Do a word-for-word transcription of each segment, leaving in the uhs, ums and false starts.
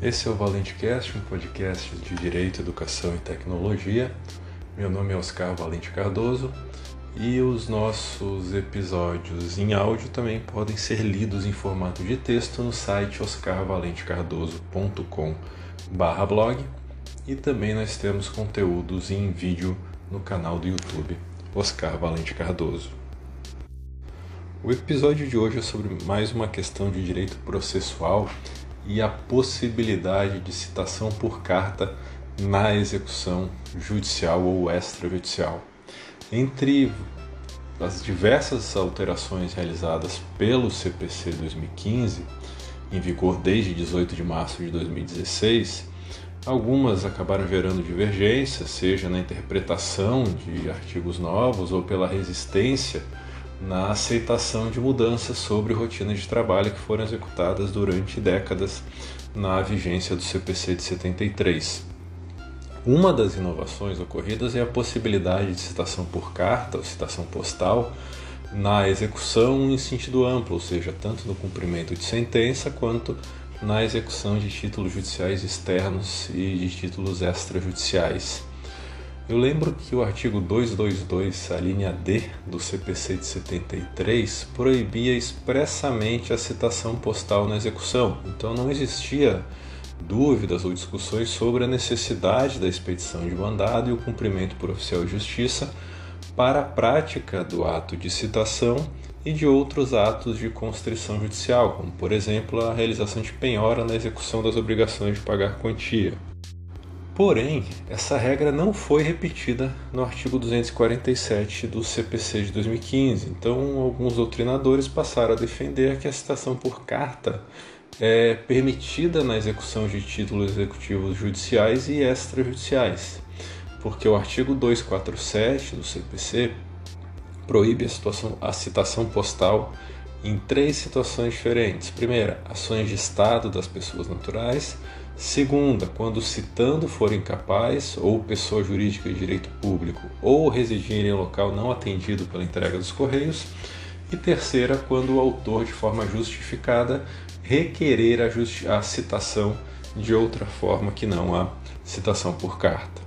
Esse é o ValenteCast, um podcast de Direito, Educação e Tecnologia. Meu nome é Oscar Valente Cardoso e os nossos episódios em áudio também podem ser lidos em formato de texto no site oscar valente cardoso ponto com barra blog e também nós temos conteúdos em vídeo no canal do YouTube Oscar Valente Cardoso. O episódio de hoje é sobre mais uma questão de direito processual e a possibilidade de citação por carta na execução judicial ou extrajudicial. Entre as diversas alterações realizadas pelo C P C dois mil e quinze, em vigor desde dezoito de março de dois mil e dezesseis, algumas acabaram gerando divergência, seja na interpretação de artigos novos ou pela resistência na aceitação de mudanças sobre rotinas de trabalho que foram executadas durante décadas na vigência do C P C de setenta e três. Uma das inovações ocorridas é a possibilidade de citação por carta ou citação postal na execução em sentido amplo, ou seja, tanto no cumprimento de sentença quanto na execução de títulos judiciais externos e de títulos extrajudiciais. Eu lembro que o artigo duzentos e vinte e dois, a linha D do C P C de setenta e três, proibia expressamente a citação postal na execução. Então não existia dúvidas ou discussões sobre a necessidade da expedição de mandado e o cumprimento por oficial de justiça para a prática do ato de citação e de outros atos de constrição judicial, como por exemplo a realização de penhora na execução das obrigações de pagar quantia. Porém, essa regra não foi repetida no artigo duzentos e quarenta e sete do C P C de dois mil e quinze. Então, alguns doutrinadores passaram a defender que a citação por carta é permitida na execução de títulos executivos judiciais e extrajudiciais, porque o artigo duzentos e quarenta e sete do C P C proíbe a, situação, a citação postal em três situações diferentes. Primeira, ações de Estado das pessoas naturais. Segunda, quando citando for incapaz ou pessoa jurídica de direito público ou residir em local não atendido pela entrega dos correios. E terceira, quando o autor, de forma justificada, requerer a, justi- a citação de outra forma que não a citação por carta.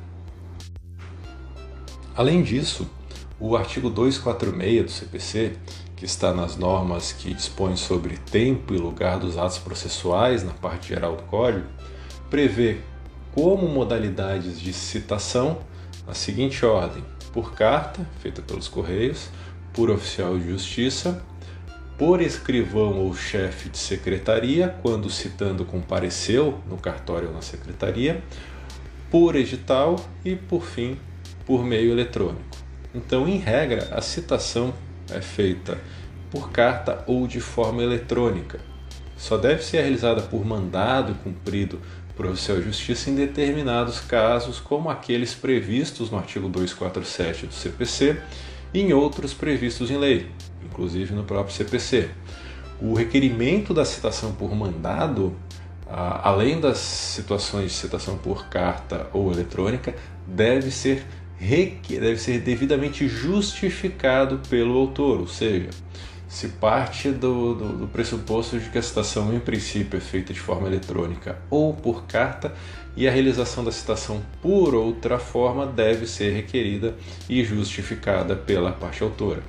Além disso, o artigo duzentos e quarenta e seis do C P C, que está nas normas que dispõem sobre tempo e lugar dos atos processuais na parte geral do Código, prevê como modalidades de citação a seguinte ordem: por carta, feita pelos Correios, por oficial de justiça, por escrivão ou chefe de secretaria, quando citando compareceu no cartório ou na secretaria, por edital e, por fim, por meio eletrônico. Então, em regra, a citação é feita por carta ou de forma eletrônica. Só deve ser realizada por mandado cumprido por oficial de justiça em determinados casos, como aqueles previstos no artigo duzentos e quarenta e sete do C P C e em outros previstos em lei, inclusive no próprio C P C. O requerimento da citação por mandado, além das situações de citação por carta ou eletrônica, deve ser, deve ser devidamente justificado pelo autor, ou seja, se parte do, do, do pressuposto de que a citação em princípio é feita de forma eletrônica ou por carta e a realização da citação por outra forma deve ser requerida e justificada pela parte autora.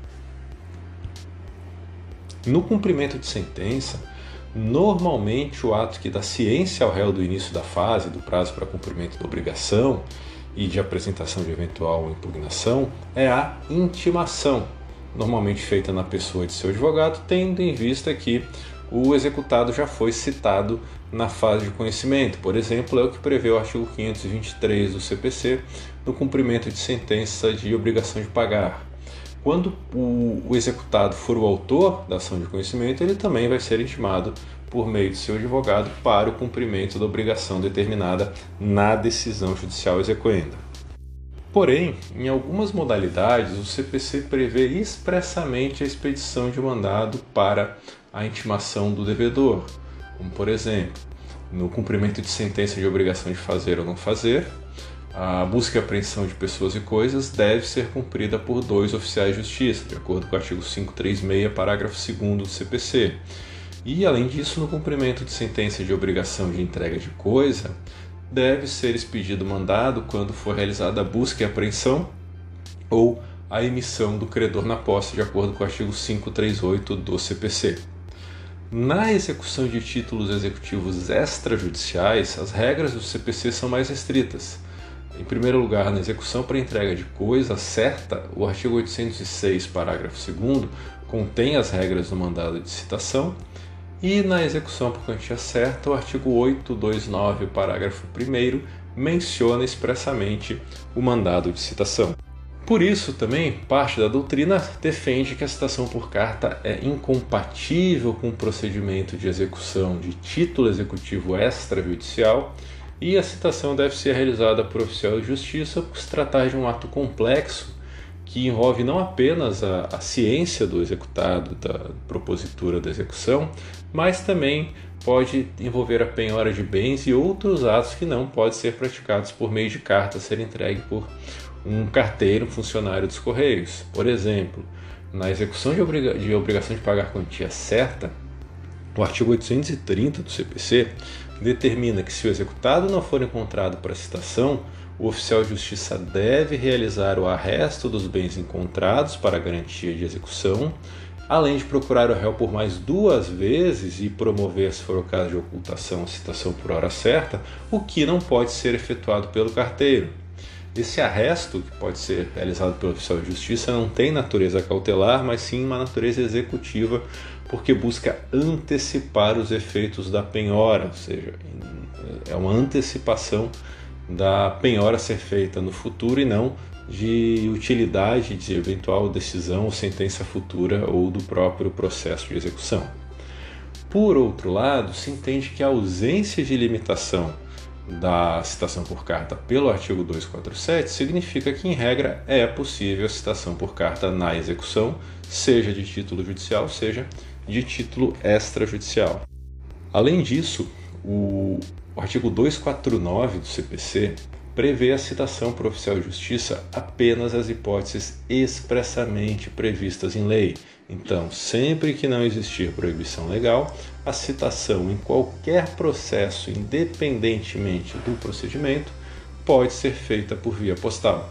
No cumprimento de sentença, normalmente o ato que dá ciência ao réu do início da fase, do prazo para cumprimento da obrigação e de apresentação de eventual impugnação é a intimação, normalmente feita na pessoa de seu advogado, tendo em vista que o executado já foi citado na fase de conhecimento. Por exemplo, é o que prevê o artigo quinhentos e vinte e três do C P C no cumprimento de sentença de obrigação de pagar. Quando o, o executado for o autor da ação de conhecimento, ele também vai ser intimado por meio de seu advogado para o cumprimento da obrigação determinada na decisão judicial exequenda. Porém, em algumas modalidades, o C P C prevê expressamente a expedição de mandado para a intimação do devedor, como por exemplo, no cumprimento de sentença de obrigação de fazer ou não fazer, a busca e apreensão de pessoas e coisas deve ser cumprida por dois oficiais de justiça, de acordo com o artigo quinhentos e trinta e seis, parágrafo segundo do C P C. E, além disso, no cumprimento de sentença de obrigação de entrega de coisa, deve ser expedido mandado quando for realizada a busca e apreensão ou a emissão do credor na posse, de acordo com o artigo quinhentos e trinta e oito do C P C. Na execução de títulos executivos extrajudiciais, as regras do C P C são mais restritas. Em primeiro lugar, na execução para entrega de coisa certa, o artigo oitocentos e seis, parágrafo segundo, contém as regras do mandado de citação, e na execução por quantia certa, o artigo oitocentos e vinte e nove, parágrafo primeiro, menciona expressamente o mandado de citação. Por isso, também, parte da doutrina defende que a citação por carta é incompatível com o procedimento de execução de título executivo extrajudicial e a citação deve ser realizada por oficial de justiça por se tratar de um ato complexo que envolve não apenas a, a ciência do executado, da propositura da execução, mas também pode envolver a penhora de bens e outros atos que não podem ser praticados por meio de carta a ser entregue por um carteiro, um funcionário dos Correios. Por exemplo, na execução de, obriga- de obrigação de pagar quantia certa, o artigo oitocentos e trinta do C P C determina que se o executado não for encontrado para citação, o oficial de justiça deve realizar o arresto dos bens encontrados para garantia de execução, além de procurar o réu por mais duas vezes e promover, se for o caso de ocultação, a citação por hora certa, o que não pode ser efetuado pelo carteiro. Esse arresto, que pode ser realizado pelo oficial de justiça, não tem natureza cautelar, mas sim uma natureza executiva, porque busca antecipar os efeitos da penhora, ou seja, é uma antecipação da penhora ser feita no futuro e não de utilidade de eventual decisão ou sentença futura ou do próprio processo de execução. Por outro lado, se entende que a ausência de limitação da citação por carta pelo artigo duzentos e quarenta e sete significa que, em regra, é possível a citação por carta na execução, seja de título judicial, seja de título extrajudicial. Além disso, o artigo duzentos e quarenta e nove do C P C prevê a citação por oficial de justiça apenas as hipóteses expressamente previstas em lei. Então, sempre que não existir proibição legal, a citação em qualquer processo, independentemente do procedimento, pode ser feita por via postal.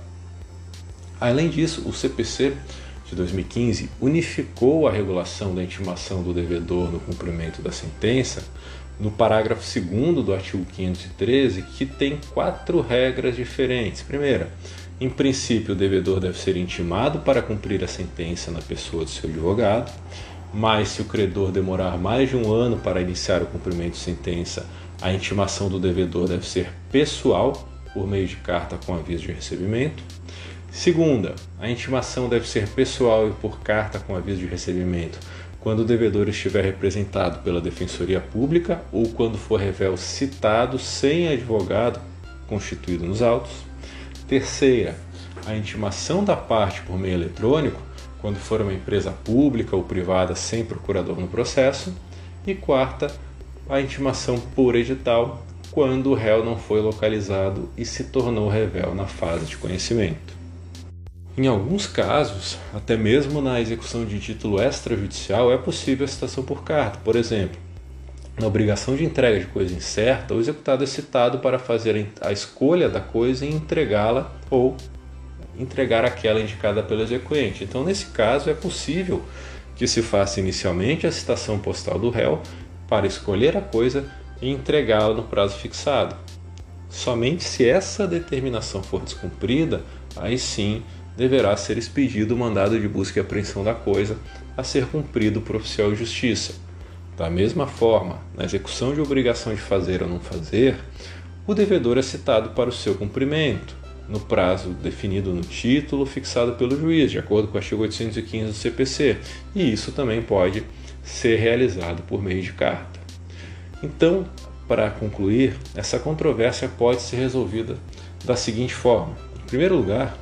Além disso, o C P C de dois mil e quinze unificou a regulação da intimação do devedor no cumprimento da sentença no parágrafo segundo do artigo quinhentos e treze, que tem quatro regras diferentes. Primeira, em princípio, o devedor deve ser intimado para cumprir a sentença na pessoa do seu advogado, mas se o credor demorar mais de um ano para iniciar o cumprimento de sentença, a intimação do devedor deve ser pessoal, por meio de carta com aviso de recebimento. Segunda, a intimação deve ser pessoal e por carta com aviso de recebimento quando o devedor estiver representado pela Defensoria Pública ou quando for réu citado sem advogado constituído nos autos. Terceira, a intimação da parte por meio eletrônico quando for uma empresa pública ou privada sem procurador no processo. E quarta, a intimação por edital quando o réu não foi localizado e se tornou réu na fase de conhecimento. Em alguns casos, até mesmo na execução de título extrajudicial, é possível a citação por carta. Por exemplo, na obrigação de entrega de coisa incerta, o executado é citado para fazer a escolha da coisa e entregá-la ou entregar aquela indicada pelo exequente. Então, nesse caso, é possível que se faça inicialmente a citação postal do réu para escolher a coisa e entregá-la no prazo fixado. Somente se essa determinação for descumprida, aí sim deverá ser expedido o mandado de busca e apreensão da coisa a ser cumprido por oficial de justiça. Da mesma forma, na execução de obrigação de fazer ou não fazer, o devedor é citado para o seu cumprimento, no prazo definido no título fixado pelo juiz, de acordo com o artigo oitocentos e quinze do C P C, e isso também pode ser realizado por meio de carta. Então, para concluir, essa controvérsia pode ser resolvida da seguinte forma. Em primeiro lugar,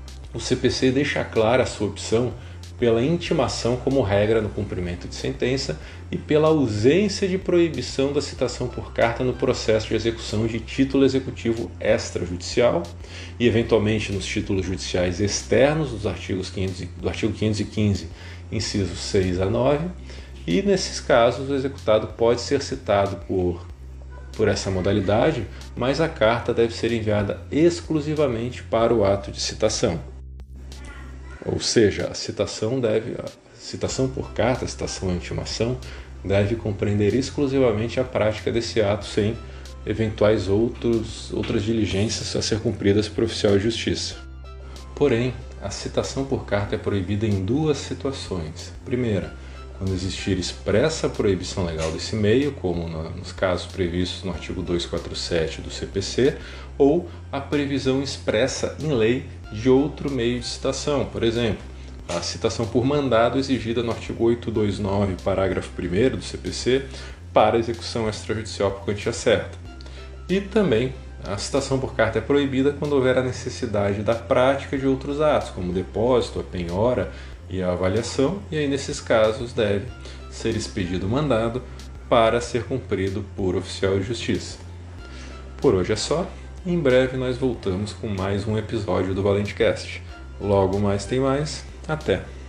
o C P C deixa clara a sua opção pela intimação como regra no cumprimento de sentença e pela ausência de proibição da citação por carta no processo de execução de título executivo extrajudicial e, eventualmente, nos títulos judiciais externos dos artigos quinhentos, do artigo quinhentos e quinze, incisos seis a nove, E nesses casos o executado pode ser citado por, por essa modalidade, mas a carta deve ser enviada exclusivamente para o ato de citação. Ou seja, a citação deve, a citação por carta, a citação em intimação, deve compreender exclusivamente a prática desse ato sem eventuais outros, outras diligências a ser cumpridas por oficial de justiça. Porém, a citação por carta é proibida em duas situações. Primeira, quando existir expressa proibição legal desse meio, como nos casos previstos no artigo duzentos e quarenta e sete do C P C, ou a previsão expressa em lei de outro meio de citação, por exemplo, a citação por mandado exigida no artigo oitocentos e vinte e nove, parágrafo primeiro do C P C, para execução extrajudicial por quantia certa. E também a citação por carta é proibida quando houver a necessidade da prática de outros atos, como o depósito, a penhora e a avaliação, e aí nesses casos deve ser expedido o mandado para ser cumprido por oficial de justiça. Por hoje é só, em breve nós voltamos com mais um episódio do ValenteCast. Logo mais tem mais, até!